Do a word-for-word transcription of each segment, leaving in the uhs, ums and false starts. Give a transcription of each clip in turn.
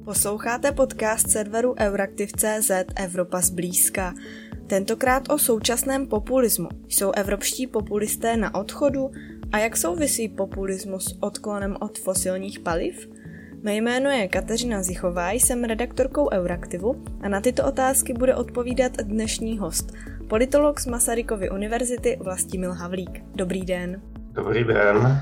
Posloucháte podcast serveru Euraktiv tečka cé zet Evropa zblízka. Tentokrát o současném populismu. Jsou evropští populisté na odchodu? A jak souvisí populismus s odklonem od fosilních paliv? Mé jméno je Kateřina Zichová, jsem redaktorkou Euraktivu a na tyto otázky bude odpovídat dnešní host, politolog z Masarykovy univerzity Vlastimil Havlík. Dobrý den. Dobrý den.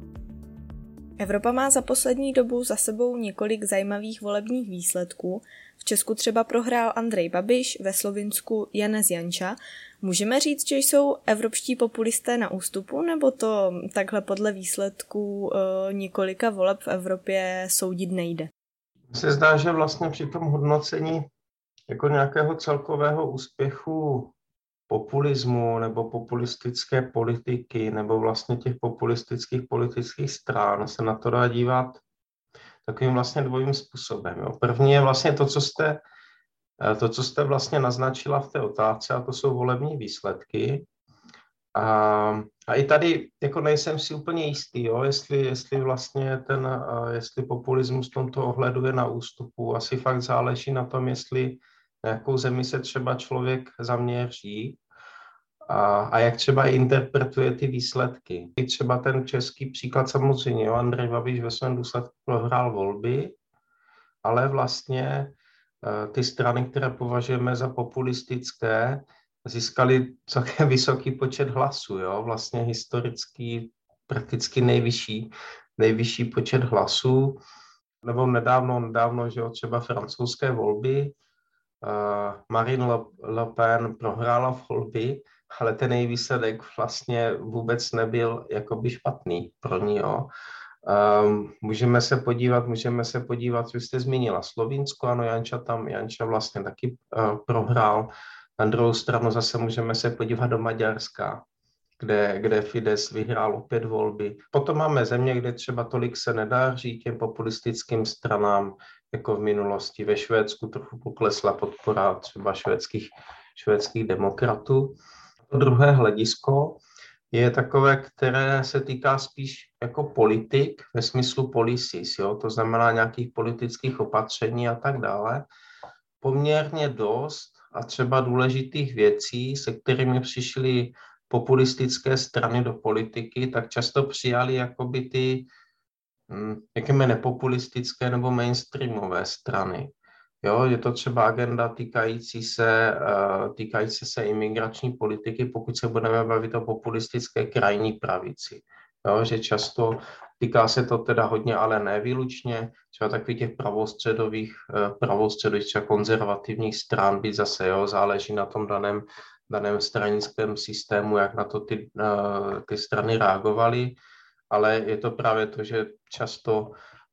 Evropa má za poslední dobu za sebou několik zajímavých volebních výsledků. V Česku třeba prohrál Andrej Babiš, ve Slovinsku Janez Janša. Můžeme říct, že jsou evropští populisté na ústupu, nebo to takhle podle výsledků e, několika voleb v Evropě soudit nejde? Mně se zdá, že vlastně při tom hodnocení jako nějakého celkového úspěchu populismu nebo populistické politiky nebo vlastně těch populistických politických stran se na to dá dívat takovým vlastně dvojím způsobem. Jo. První je vlastně to, co jste, to, co jste vlastně naznačila v té otázce, a to jsou volební výsledky. A, a i tady jako nejsem si úplně jistý, jo, jestli, jestli vlastně ten, jestli populismus v tomto ohledu je na ústupu. Asi fakt záleží na tom, jestli na jakou zemi se třeba člověk zaměří a, a jak třeba interpretuje ty výsledky. I třeba ten český příklad samozřejmě, jo, Andrej Babiš ve svém důsledku prohrál volby, ale vlastně ty strany, které považujeme za populistické, získali celkem vysoký počet hlasů, jo, vlastně historický prakticky nejvyšší, nejvyšší počet hlasů, nebo nedávno, nedávno, že jo, třeba francouzské volby, Uh, Marine Le, Le Pen prohrála volby, ale ten její výsledek vlastně vůbec nebyl jakoby špatný pro ní. Jo. Um, můžeme se podívat, můžeme se podívat, co jste zmínila, Slovinsko, ano, Janša tam, Janša vlastně taky uh, prohrál. Na druhou stranu zase můžeme se podívat do Maďarska, kde, kde Fidesz vyhrál opět volby. Potom máme země, kde třeba tolik se nedaří těm populistickým stranám, jako v minulosti. Ve Švédsku trochu poklesla podpora třeba švédských, švédských demokratů. To druhé hledisko je takové, které se týká spíš jako politik, ve smyslu policies, jo? To znamená nějakých politických opatření a tak dále. Poměrně dost a třeba důležitých věcí, se kterými přišly populistické strany do politiky, tak často přijali jakoby ty jakéme nepopulistické nebo mainstreamové strany. Jo, je to třeba agenda týkající se, uh, týkající se imigrační politiky, pokud se budeme bavit o populistické krajní pravici. Jo, že často týká se to teda hodně, ale ne výlučně, třeba takových těch pravostředových, uh, pravostředových třeba konzervativních stran, byť zase, jo, záleží na tom daném, daném stranickém systému, jak na to ty, uh, ty strany reagovaly. Ale je to právě to, že často,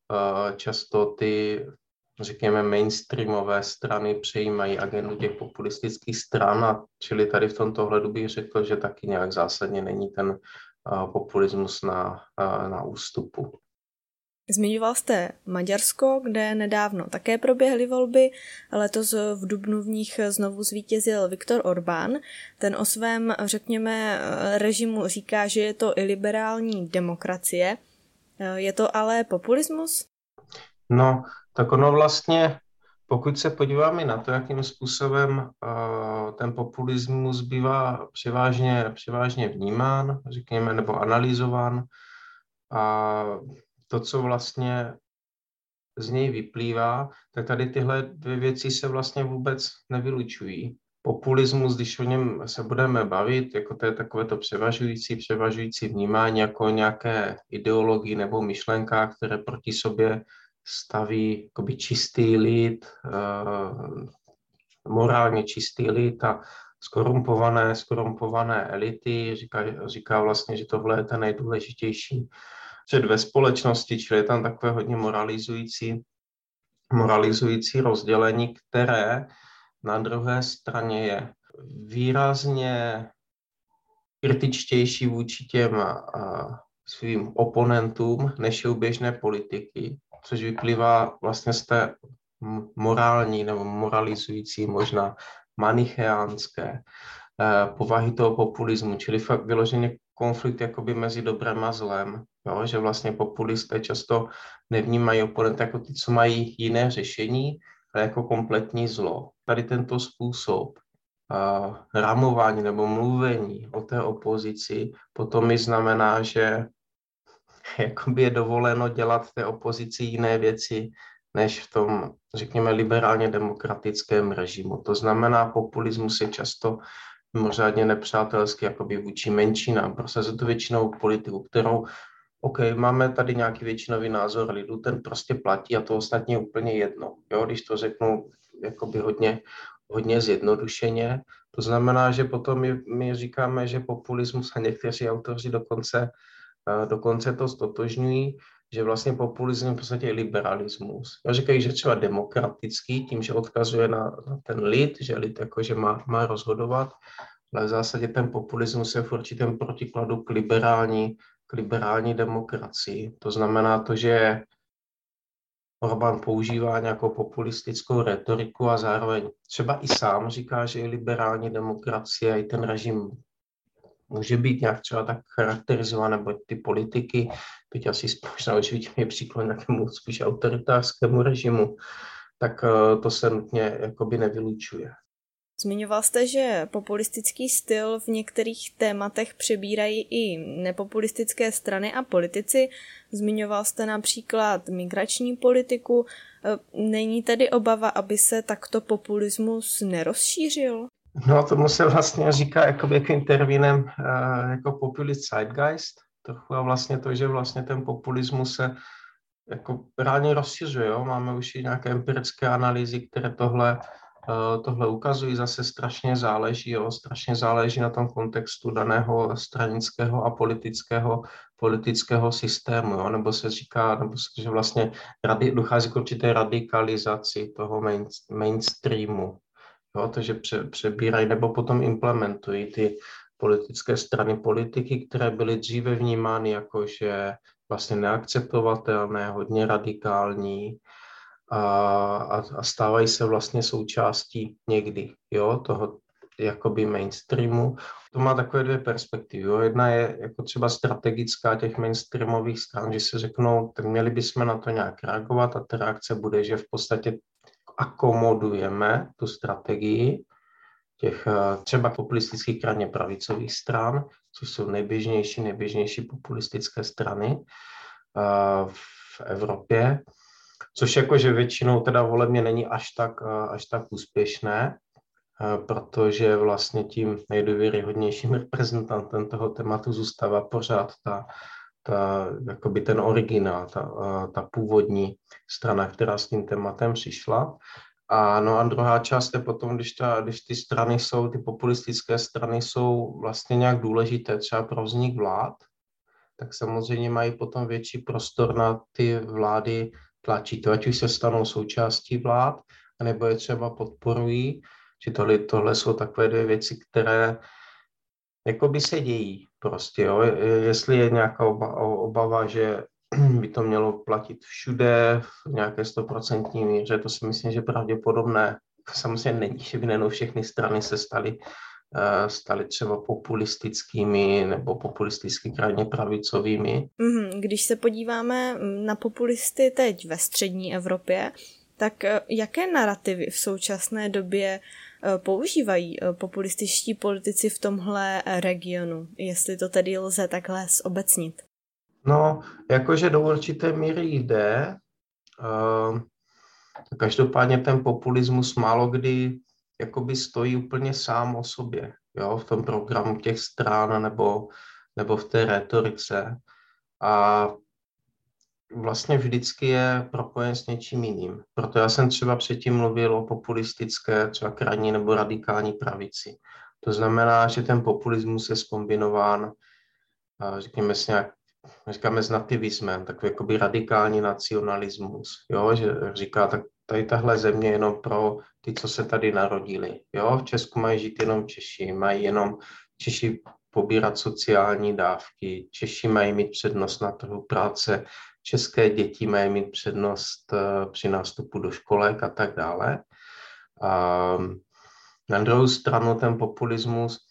často ty, řekněme, mainstreamové strany přejímají agendu těch populistických stran, a čili tady v tomto ohledu bych řekl, že taky nějak zásadně není ten populismus na, na ústupu. Zmiňoval jste Maďarsko, kde nedávno také proběhly volby. Letos v dubnu v nich znovu zvítězil Viktor Orbán. Ten o svém, řekněme, režimu říká, že je to iliberální demokracie. Je to ale populismus? No, tak ono vlastně, pokud se podíváme na to, jakým způsobem uh, ten populismus bývá převážně, převážně vnímán, řekněme, nebo analyzován, a to, co vlastně z něj vyplývá, tak tady tyhle dvě věci se vlastně vůbec nevylučují. Populismus, když o něm se budeme bavit, jako to je takové to převažující, převažující vnímání jako nějaké ideologii nebo myšlenkách, které proti sobě staví jakoby čistý lid, uh, morálně čistý lid a skorumpované, skorumpované elity. Říká, říká vlastně, že tohle je ten nejdůležitější před ve společnosti, čili je tam takové hodně moralizující, moralizující rozdělení, které na druhé straně je výrazně kritičtější vůči těm a, svým oponentům, než je u běžné politiky, což vyplývá vlastně z té morální nebo moralizující, možná manicheánské povahy toho populismu, čili fakt vyloženě konflikt jakoby mezi dobrem a zlem, jo? Že vlastně populisté často nevnímají oponenty jako ty, co mají jiné řešení, ale jako kompletní zlo. Tady tento způsob uh, rámování nebo mluvení o té opozici potom mi znamená, že jakoby je dovoleno dělat v té opozici jiné věci, než v tom, řekněme, liberálně demokratickém režimu. To znamená, populismus je často mimořádně nepřátelský jakoby vůči menšinám, prosazuje to většinou politiku, kterou, OK, máme tady nějaký většinový názor lidu, ten prostě platí a to ostatně je úplně jedno, jo, když to řeknu jakoby hodně, hodně zjednodušeně. To znamená, že potom my, my říkáme, že populismus a někteří autoři dokonce, dokonce to stotožňují, že vlastně populismus v podstatě je liberalismus. Já říkají, že třeba demokratický, tím, že odkazuje na, na ten lid, že lid jakože má, má rozhodovat, ale v zásadě ten populismus je v určitém protikladu k liberální, k liberální demokracii. To znamená to, že Orbán používá nějakou populistickou retoriku a zároveň třeba i sám říká, že je liberální demokracie, i ten režim může být nějak třeba tak charakterizované, nebo ty politiky, byť asi možná očividně je příklad nějakému spíš autoritářskému režimu, tak to se nutně jakoby nevylučuje. Zmiňoval jste, že populistický styl v některých tématech přebírají i nepopulistické strany a politici. Zmiňoval jste například migrační politiku. Není tedy obava, aby se takto populismus nerozšířil? No, tomu se vlastně říká jakoby jakým termínem jako populist zeitgeist. Trochu a vlastně to, že vlastně ten populismus se jako reálně rozšiřuje. Jo? Máme už i nějaké empirické analýzy, které tohle Tohle ukazují, zase strašně záleží, jo, strašně záleží na tom kontextu daného stranického a politického, politického systému, jo, nebo se říká, nebo se, že vlastně radi, dochází k určité radikalizaci toho main, mainstreamu, jo, to, že pře, přebírají nebo potom implementují ty politické strany politiky, které byly dříve vnímány jako, že vlastně neakceptovatelné, hodně radikální, A, a stávají se vlastně součástí někdy, jo, toho jakoby mainstreamu. To má takové dvě perspektivy. Jo. Jedna je jako třeba strategická těch mainstreamových stran, že si řeknou, tak měli bychom na to nějak reagovat a ta reakce bude, že v podstatě akomodujeme tu strategii těch třeba populistických krajně pravicových stran, což jsou nejběžnější, nejběžnější populistické strany v Evropě. Což jakože většinou teda volebně není až tak, až tak úspěšné, protože vlastně tím nejdůvěryhodnějším reprezentantem toho tématu zůstává pořád ta, ta, jakoby ten originál, ta, ta původní strana, která s tím tématem přišla. A no a druhá část je potom, když, ta, když ty strany jsou, ty populistické strany jsou vlastně nějak důležité třeba pro vznik vlád, tak samozřejmě mají potom větší prostor na ty vlády tlačí to, ať už se stanou součástí vlád, nebo je třeba podporují, že tohle, tohle jsou takové dvě věci, které jakoby se dějí prostě, jo. Jestli je nějaká obava, že by to mělo platit všude v nějaké stoprocentní míře, to si myslím, že pravděpodobné samozřejmě není, že by nejenom všechny strany se staly staly třeba populistickými nebo populisticky krajně pravicovými. Když se podíváme na populisty teď ve střední Evropě, tak jaké narrativy v současné době používají populističtí politici v tomhle regionu, jestli to tedy lze takhle zobecnit? No, jakože do určité míry jde. Každopádně ten populismus málo kdy jakoby stojí úplně sám o sobě, jo, v tom programu těch stran nebo, nebo v té retorice. A vlastně vždycky je propojen s něčím jiným. Proto já jsem třeba předtím mluvil o populistické, třeba krajní nebo radikální pravici. To znamená, že ten populismus je zkombinován, řekněme s nějak, říkáme s nativismem, takový jakoby radikální nacionalismus, jo, že říká, tak tady tahle země je jenom pro ty, co se tady narodili. Jo? V Česku mají žít jenom Češi, mají jenom Češi pobírat sociální dávky, Češi mají mít přednost na trhu práce, české děti mají mít přednost při nástupu do školek a tak dále. A na druhou stranu ten populismus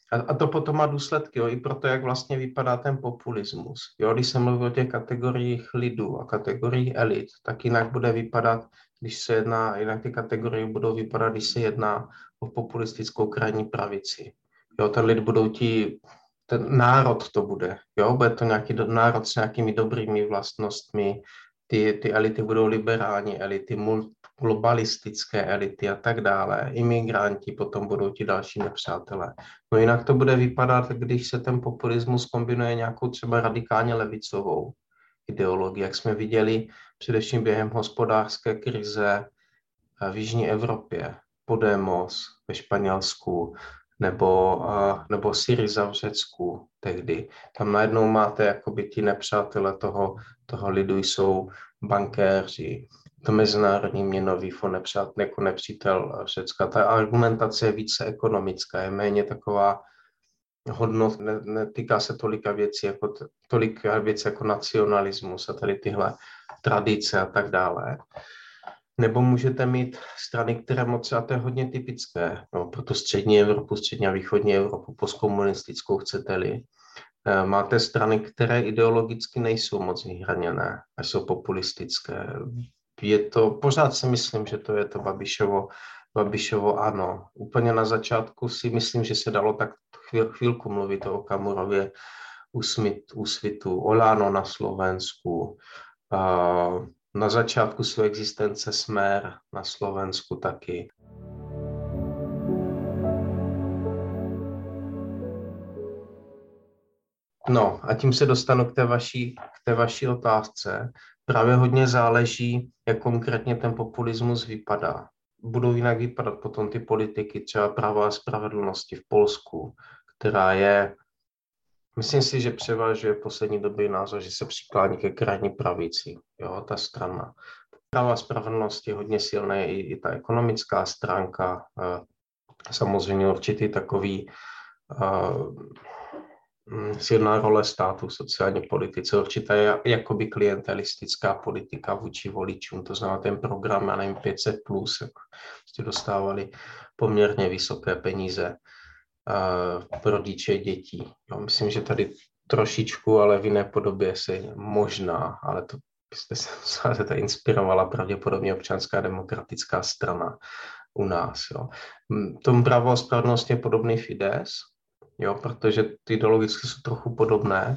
A, a to potom má důsledky, jo, i pro to, jak vlastně vypadá ten populismus. Jo, když se mluví o těch kategoriích lidů a kategoriích elit, tak jinak bude vypadat, když se jedná, jinak ty kategorie budou vypadat, když se jedná o populistickou krajní pravici. Jo, ten lid budou ti, ten národ to bude, jo, bude to nějaký do, národ s nějakými dobrými vlastnostmi, ty, ty elity budou liberální elity, mult, globalistické elity a tak dále, imigranti potom budou ti další nepřátelé. No jinak to bude vypadat, když se ten populismus kombinuje nějakou třeba radikálně levicovou ideologii, jak jsme viděli především během hospodářské krize v jižní Evropě, Podemos ve Španělsku, nebo, nebo Syriza v Řecku tehdy. Tam najednou máte, jakoby ti nepřátelé toho, toho lidu jsou bankéři, to Mezinárodní měnový fond nepřát, jako nepřítel Řecka. Ta argumentace je více ekonomická, je méně taková hodnot, ne, netýká se tolika věcí, jako, tolik věcí jako nacionalismus a tady tyhle tradice a tak dále. Nebo můžete mít strany, které moc, a to je hodně typické, no, pro tu střední Evropu, střední a východní Evropu, postkomunistickou chcete-li. Máte strany, které ideologicky nejsou moc vyhraněné a jsou populistické. Je to, pořád si myslím, že to je to Babišovo, Babišovo ano. Úplně na začátku si myslím, že se dalo tak chvíl, chvílku mluvit o Okamurově Úsvitu, Olano na Slovensku, uh, na začátku své existence Smer na Slovensku taky. No a tím se dostanu k té vaší, k té vaší otázce. Právě hodně záleží, jak konkrétně ten populismus vypadá. Budou jinak vypadat potom ty politiky, třeba Práva a spravedlnosti v Polsku, která je, myslím si, že převažuje v poslední době názor, že se přiklání ke krajní pravici, jo, ta strana. Práva a spravedlnosti je hodně silné i, i ta ekonomická stránka, samozřejmě určitý takový silná role státu v sociální politice, určitá je jakoby klientelistická politika vůči voličům, to znamená ten program, já nevím, pět set plus, jak jste dostávali poměrně vysoké peníze uh, pro rodiče dětí. Jo, myslím, že tady trošičku, ale v jiné podobě se možná, ale to byste se tady inspirovala pravděpodobně Občanská demokratická strana u nás. Jo. Tomu Právo a spravedlnost je podobný Fides, jo, protože ty ideologicky jsou trochu podobné,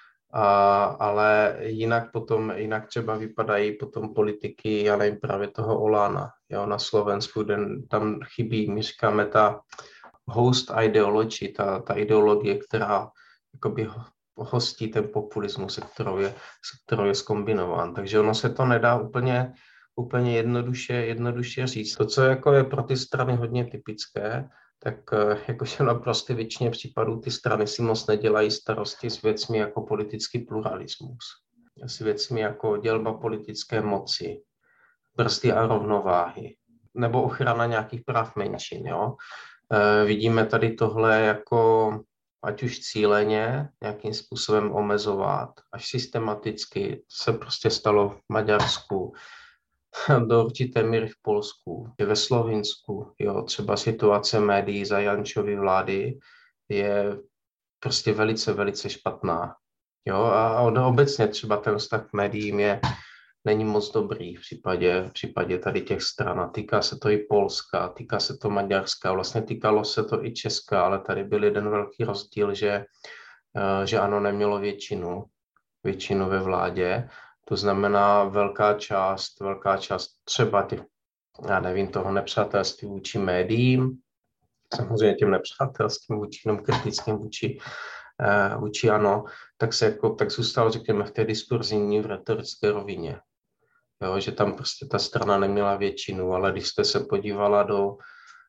a, ale jinak potom, jinak třeba vypadají potom politiky, já nevím, právě toho Olána, jo, na Slovensku, den, tam chybí, my říkáme, ta host ideology, ta, ta ideologie, která jakoby hostí ten populismus, se kterou je, se kterou je zkombinován. Takže ono se to nedá úplně, úplně jednoduše, jednoduše říct. To, co jako je pro ty strany hodně typické, tak jakože na prostě většině případů ty strany si moc nedělají starosti s věcmi jako politický pluralismus, s věcmi jako dělba politické moci, brzdy a rovnováhy, nebo ochrana nějakých práv menšin. Jo? E, vidíme tady tohle jako ať už cíleně nějakým způsobem omezovat, až systematicky se prostě stalo v Maďarsku, do určité míry v Polsku, ve Slovinsku, jo, třeba situace médií za Jančovy vlády je prostě velice, velice špatná. Jo, a obecně třeba ten vztah k médiím je, není moc dobrý v případě, v případě tady těch stran. A týká se to i Polska, týká se to Maďarska, vlastně týkalo se to i Česka, ale tady byl jeden velký rozdíl, že, že ANO nemělo většinu, většinu ve vládě. To znamená velká část, velká část třeba těch, já nevím, toho nepřátelství vůči médiím, samozřejmě těm nepřátelstvím vůči, jenom kritickým vůči, uh, vůči ANO, tak se jako, tak zůstalo, řekněme, v té diskurzivní, v retorické rovině. Jo, že tam prostě ta strana neměla většinu, ale když jste se podívala do, uh,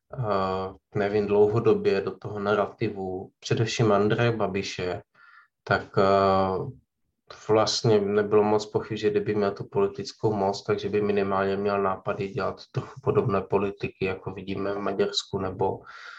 nevím, dlouhodobě do toho narrativu, především Andreje Babiše, tak uh, vlastně nebylo moc pochyb, že kdyby měl tu politickou moc, takže by minimálně měl nápady dělat trochu podobné politiky, jako vidíme v Maďarsku nebo,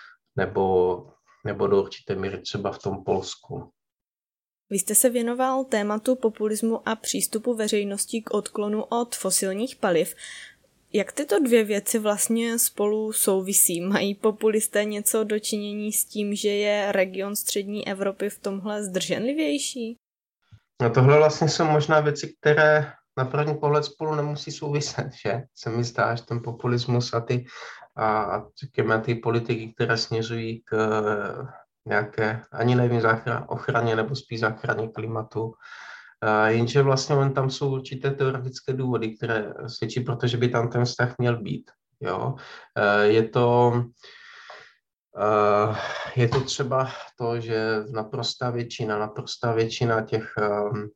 nebo, nebo do určité míry třeba v tom Polsku. Vy jste se věnoval tématu populismu a přístupu veřejnosti k odklonu od fosilních paliv. Jak tyto dvě věci vlastně spolu souvisí? Mají populisté něco dočinění s tím, že je region střední Evropy v tomhle zdrženlivější? No tohle vlastně jsou možná věci, které na první pohled spolu nemusí souviset, že? Se mi zdá, že ten populismus a ty, a, a řekněme, ty politiky, které směřují k uh, nějaké, ani nevím, záchran, ochraně nebo spíš záchraně klimatu, uh, jenže vlastně jen tam jsou určité teoretické důvody, které svědčí, protože by tam ten vztah měl být, jo? Uh, je to... Uh, je to třeba to, že naprostá většina, naprostá většina těch um,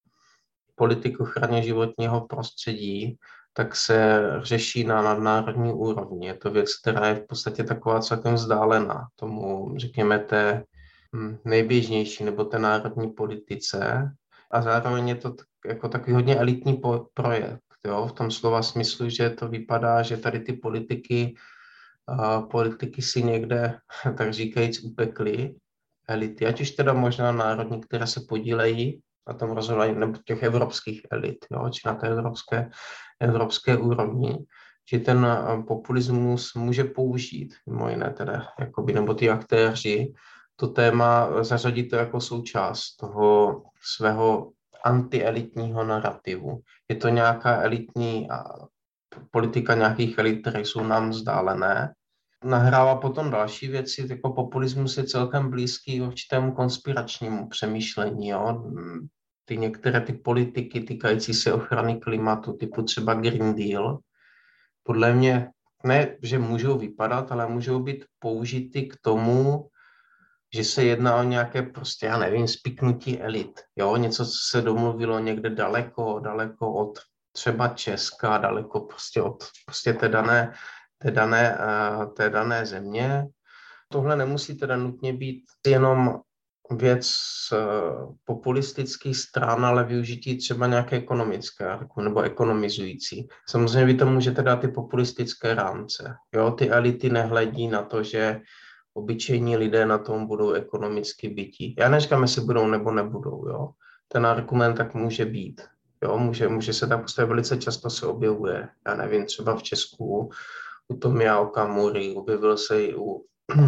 politik ochrany životního prostředí, tak se řeší na nadnárodní úrovni. Je to věc, která je v podstatě taková celkem vzdálená tomu, řekněme, té hm, nejběžnější nebo té národní politice. A zároveň je to tak, jako takový hodně elitní po, projekt, jo? V tom slova smyslu, že to vypadá, že tady ty politiky A politiky si někde, tak říkajíc, upekly elity, ať už teda možná národní, které se podílejí na tom rozhodování, nebo těch evropských elit, jo, či na té evropské, evropské úrovni, či ten populismus může použít, mimo jiné teda, jakoby, nebo ty aktéři, to téma zařadit to jako součást toho svého antielitního narrativu. Je to nějaká elitní politika nějakých elit, které jsou nám vzdálené. Nahrává potom další věci, jako populismus je celkem blízký určitému konspiračnímu přemýšlení. Jo? Ty některé ty politiky týkající se ochrany klimatu, typu třeba Green Deal, podle mě ne, že můžou vypadat, ale můžou být použity k tomu, že se jedná o nějaké prostě, já nevím, spiknutí elit. Jo? Něco, co se domluvilo někde daleko, daleko od třeba Česka, daleko prostě od prostě té dané, té dané, té dané země. Tohle nemusí teda nutně být jenom věc populistických stran, ale využití třeba nějaké ekonomické nebo ekonomizující. Samozřejmě vy to můžete dát ty populistické rámce. Jo? Ty elity nehledí na to, že obyčejní lidé na tom budou ekonomicky bytí. Já neříkám, jestli budou nebo nebudou. Jo? Ten argument tak může být. Jo, může, může se tak postavit, velice často se objevuje, já nevím, třeba v Česku u Tomia Okamury, objevil se i u,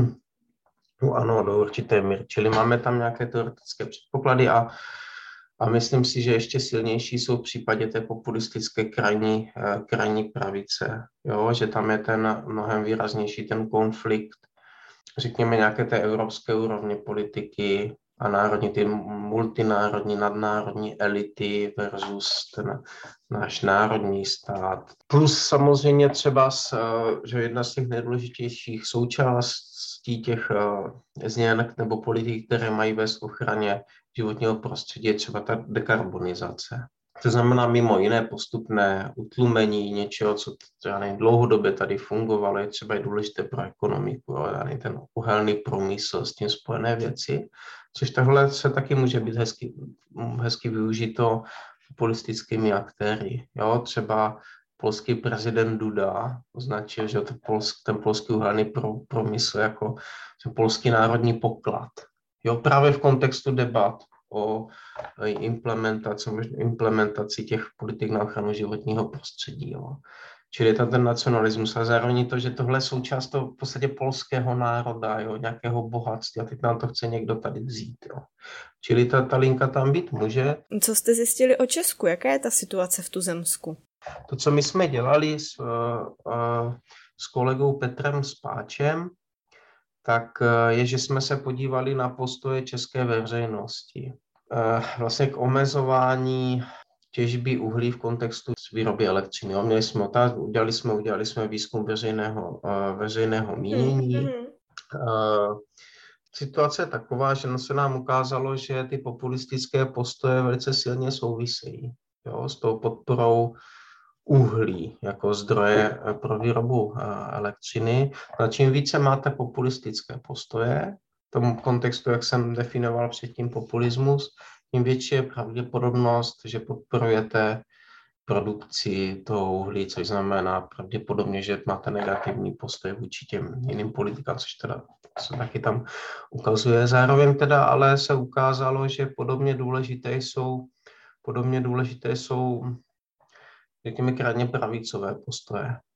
u ANO do určité míry, čili máme tam nějaké teoretické předpoklady a, a myslím si, že ještě silnější jsou v případě té populistické krajní, krajní pravice, jo, že tam je ten mnohem výraznější ten konflikt, řekněme nějaké té evropské úrovně politiky, a národní, ty multinárodní, nadnárodní elity versus ten náš národní stát. Plus samozřejmě třeba, že jedna z těch nejdůležitějších součástí těch změn nebo politik, které mají vést k ochraně životního prostředí, je třeba ta dekarbonizace. To znamená mimo jiné postupné utlumení něčeho, co já nevím, dlouhodobě tady fungovalo, je třeba i důležité pro ekonomiku, ale ten uhelný průmysl, s tím spojené věci, což takhle se taky může být hezky, hezky využito populistickými aktéry. Jo, třeba polský prezident Duda označil, že ten polský, ten polský uhelný průmysl jako polský národní poklad. Jo, právě v kontextu debat o implementaci, implementaci těch politik na ochranu životního prostředí. Jo. Čili je to ten nacionalismus a zároveň to, že tohle je součást toho v podstatě polského národa, jo, nějakého bohatství a teď nám to chce někdo tady vzít. Jo. Čili ta, ta linka tam být může. Co jste zjistili o Česku? Jaká je ta situace v tuzemsku? To, co my jsme dělali s, uh, s kolegou Petrem Spáčem, tak je, že jsme se podívali na postoje české veřejnosti. Vlastně k omezování těžby uhlí v kontextu výroby elektřiny. Jo. Měli jsme otázku, udělali jsme, udělali jsme výzkum veřejného, veřejného mínění. Mm-hmm. Situace je taková, že se nám ukázalo, že ty populistické postoje velice silně souvisejí, jo, s tou podporou uhlí jako zdroje pro výrobu elektřiny. A čím více máte populistické postoje, v tom kontextu, jak jsem definoval předtím populismus, tím větší je pravděpodobnost, že podporujete produkci toho uhlí, což znamená pravděpodobně, že máte negativní postoj vůči těm jiným politikám, což teda se taky tam ukazuje. Zároveň teda ale se ukázalo, že podobně důležité jsou, podobně důležité jsou řekněme krajně pravicové postoje.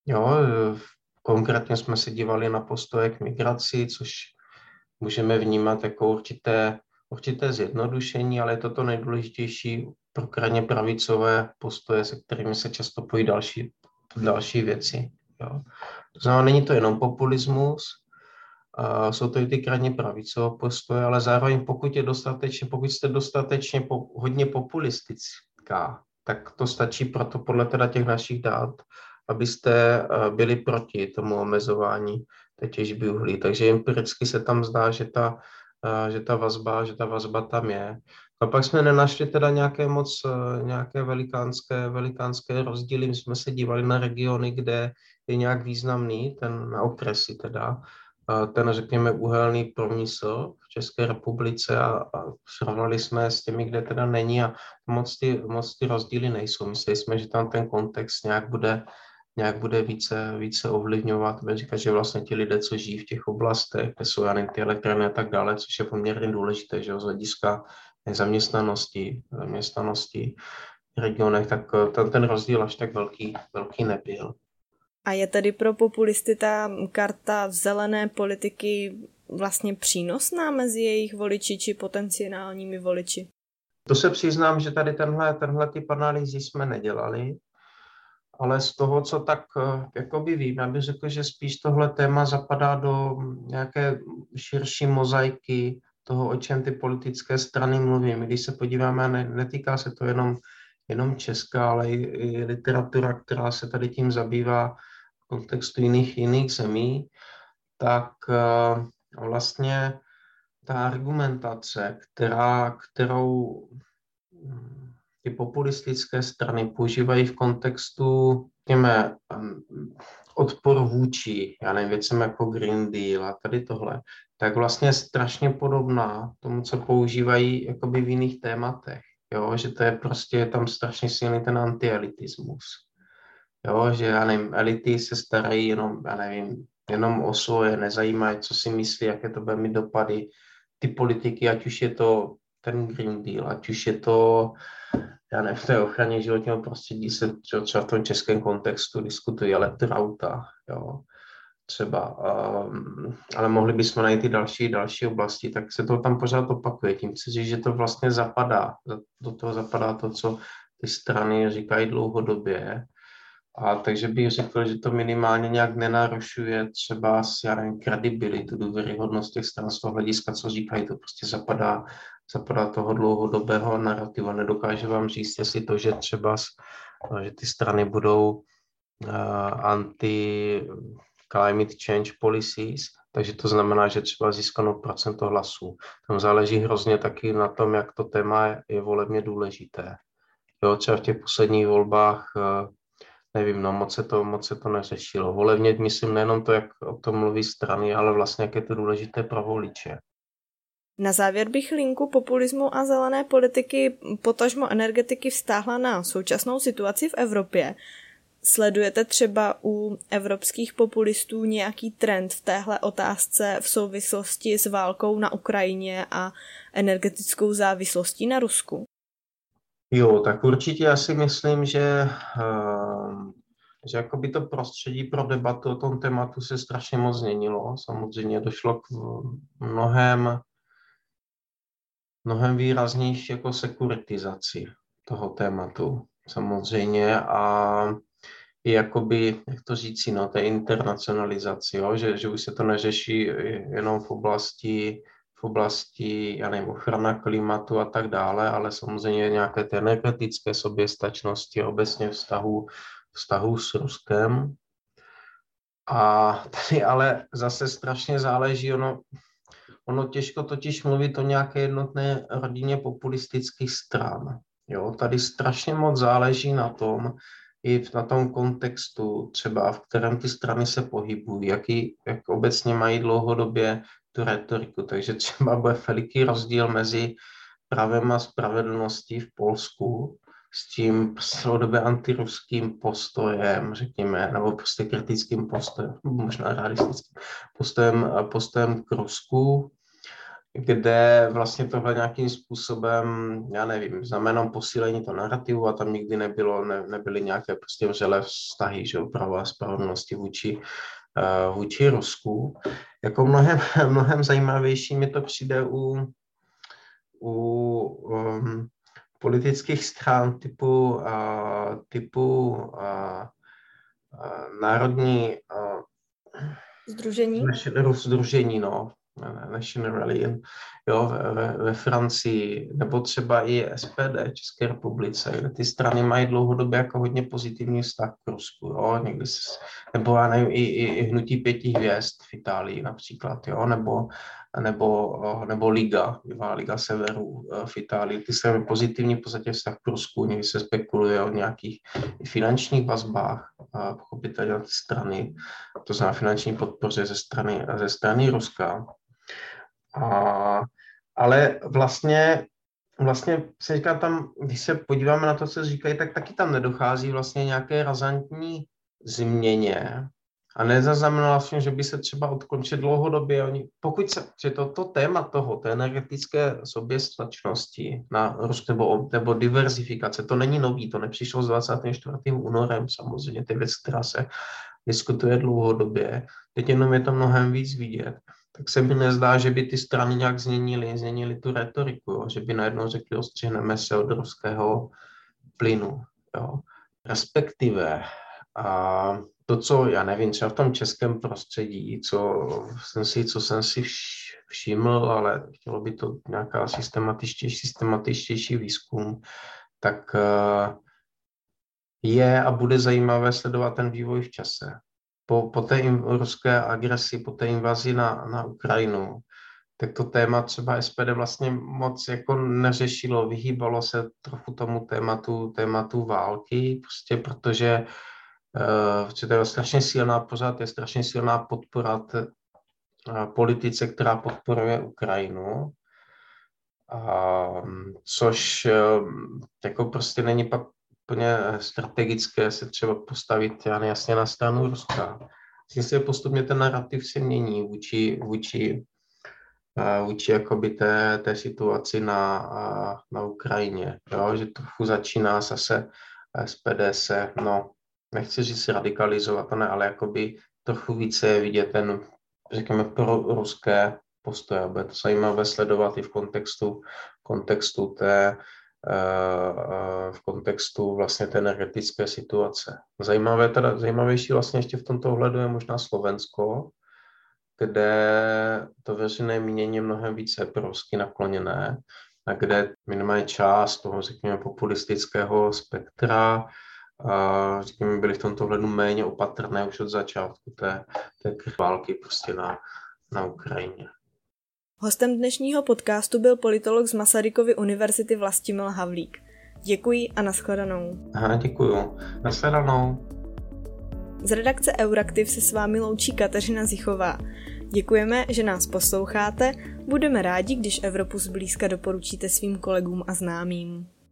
Jo, konkrétně jsme se dívali na postoje k migraci, což můžeme vnímat jako určité, určité zjednodušení, ale je to to nejdůležitější pro krajně pravicové postoje, se kterými se často pojí další, další věci. Jo. To znamená, není to jenom populismus, a jsou to i ty krajně pravicové postoje, ale zároveň pokud, je dostatečně, pokud jste dostatečně po, hodně populistická, tak to stačí proto podle teda těch našich dát, abyste byli proti tomu omezování té těžby uhlí. Takže empiricky se tam zdá, že ta, že ta vazba, že ta vazba tam je. A pak jsme nenašli teda nějaké moc, nějaké velikánské, velikánské rozdíly. My jsme se dívali na regiony, kde je nějak významný, ten na okresy teda, ten, řekněme, uhelný průmysl v České republice a, a srovnali jsme s těmi, kde teda není a moc ty, moc ty rozdíly nejsou. Mysleli jsme, že tam ten kontext nějak bude, nějak bude více, více ovlivňovat. Bude říkat, že vlastně ti lidé, co žijí v těch oblastech, kde jsou ty elektrárny a tak dále, což je poměrně důležité, že z hlediska zaměstnanosti, zaměstnanosti v regionech, tak tam ten rozdíl až tak velký, velký nebyl. A je tedy pro populisty ta karta zelené politiky vlastně přínosná mezi jejich voliči či potenciálními voliči? To se přiznám, že tady tenhle, tenhle typ analýzy jsme nedělali, ale z toho, co tak jakoby vím, já bych řekl, že spíš tohle téma zapadá do nějaké širší mozaiky toho, o čem ty politické strany mluví. Když se podíváme, ne, netýká se to jenom, jenom Česka, ale i, i literatura, která se tady tím zabývá v kontextu jiných, jiných zemí, tak vlastně ta argumentace, která, kterou ty populistické strany používají v kontextu, těme, odpor vůči, já nevím, věcem jako Green Deal a tady tohle, tak vlastně je strašně podobná tomu, co používají jakoby v jiných tématech. Jo? Že to je prostě tam strašně silný ten antielitismus. Jo? Že já nevím, elity se starají jenom, já nevím, jenom o svoje, nezajímají, co si myslí, jaké to bude mít dopady. Ty politiky, ať už je to ten Green Deal, ať už je to, já nevím, v té ochraně životního prostředí se třeba v tom českém kontextu diskutují elektroauta, jo, třeba, um, ale mohli bychom najít i další, další oblasti, tak se to tam pořád opakuje. Tím chci říct, že to vlastně zapadá, do toho zapadá to, co ty strany říkají dlouhodobě. A takže bych řekl, že to minimálně nějak nenarušuje třeba já nevím, kredibilitu, důvěryhodnost těch stran z toho hlediska, co říkají, to prostě zapadá, zapadá toho dlouhodobého narrativu. Nedokážu vám říct, jestli to, že třeba že ty strany budou uh, anti-climate change policies, takže to znamená, že třeba získanou procento hlasů. Tam záleží hrozně taky na tom, jak to téma je, je volebně důležité. Jo, třeba v těch posledních volbách uh, nevím, no moc se to, moc se to neřešilo. Volevně myslím nejenom to, jak o tom mluví strany, ale vlastně, jak je to důležité pro voliče. Na závěr bych linku populismu a zelené politiky, potažmo energetiky vztáhla na současnou situaci v Evropě. Sledujete třeba u evropských populistů nějaký trend v téhle otázce v souvislosti s válkou na Ukrajině a energetickou závislostí na Rusku? Jo, tak určitě já si myslím, že, že jakoby to prostředí pro debatu o tom tématu se strašně moc změnilo. Samozřejmě došlo k mnohem, mnohem výraznější jako sekuritizaci toho tématu samozřejmě a i jakoby, jak to říci, no, té internacionalizaci, jo? Že, že už se to neřeší jenom v oblasti v oblasti, já nevím, ochrana klimatu a tak dále, ale samozřejmě nějaké té energetické soběstačnosti, obecně vztahu, vztahu s Ruskem. A tady ale zase strašně záleží, ono, ono těžko totiž mluvit o nějaké jednotné rodině populistických stran. Jo? Tady strašně moc záleží na tom, i na tom kontextu třeba, v kterém ty strany se pohybují, jaký, jak obecně mají dlouhodobě tu retoriku. Takže třeba bude veliký rozdíl mezi pravem a spravedlností v Polsku s tím dlouhodobě antiruským postojem, řekněme, nebo prostě kritickým postojem, možná realistickým postojem, postojem k Rusku kde vlastně tohle nějakým způsobem, já nevím, znamená posílení toho narrativu a tam nikdy nebylo, ne, nebyly nějaké prostě vřelé vztahy, že práva a spravedlnosti vůči, uh, vůči Rusku. Jako mnohem, mnohem zajímavější mi to přijde u, u um, politických stran typu, uh, typu uh, uh, národní uh, Združení? Združení, no. National Rally, jo, ve, ve Francii, nebo třeba i S P D České republice, kde ty strany mají dlouhodobě jako hodně pozitivní vztah k Rusku, jo, někdy se, nebo já nevím, i, i, i hnutí pěti hvězd v Itálii například, jo, nebo, nebo, nebo Liga, bývá Liga Severu v Itálii, ty strany pozitivní v podstatě vztah k Rusku, někdy se spekuluje o nějakých finančních vazbách, pochopitelně ty strany, to znamená finanční podpoře ze strany, ze strany Ruska. A, ale vlastně, vlastně se říká tam, když se podíváme na to, co říkají, tak taky tam nedochází vlastně nějaké razantní změně a nezaznamená vlastně, že by se třeba odkončit dlouhodobě. Oni, pokud se, že toto téma toho, té energetické soběstačnosti na Rusku nebo, nebo diverzifikace, to není nový, to nepřišlo s dvacátým čtvrtým únorem, samozřejmě ty věc, která se diskutuje dlouhodobě, teď jenom je to mnohem víc vidět, tak se mi nezdá, že by ty strany nějak změnily, změnily tu retoriku, jo? Že by najednou řekli, ostřihneme se od ruského plynu. Jo? Respektive a to, co, já nevím, třeba v tom českém prostředí, co jsem si, co jsem si všiml, ale chtělo by to nějaká systematičtější, systematičtější výzkum, tak je a bude zajímavé sledovat ten vývoj v čase. Po, po té ruské agresi, po té invazi na, na Ukrajinu, tak to téma třeba S P D vlastně moc jako neřešilo, vyhýbalo se trochu tomu tématu, tématu války, prostě protože uh, to je strašně silná, pořád je strašně silná podpora t, uh, politice, která podporuje Ukrajinu, uh, což uh, jako prostě není pak úplně strategické se třeba postavit jasně na stranu Ruska. Myslím si, že postupně ten narrativ se mění vůči, vůči, vůči jakoby té, té situaci na, na Ukrajině. Jo? Že trochu začíná zase S P D se, no, nechci říct radikalizovat, ne, ale jakoby trochu více je vidět ten, řekněme, proruské postoje. Bude to zajímavé sledovat i v kontextu, kontextu té v kontextu vlastně té energetické situace. Zajímavé teda, zajímavější vlastně ještě v tomto ohledu je možná Slovensko, kde to veřejné mínění je mnohem více prorusky nakloněné a kde minimálně část toho, řekněme, populistického spektra a, řekněme, byli v tomto ohledu méně opatrné už od začátku té, té války prostě na, na Ukrajině. Hostem dnešního podcastu byl politolog z Masarykovy univerzity Vlastimil Havlík. Děkuji a nashledanou. Aha, děkuju. Nashledanou. Z redakce Euraktiv se s vámi loučí Kateřina Zichová. Děkujeme, že nás posloucháte. Budeme rádi, když Evropu zblízka doporučíte svým kolegům a známým.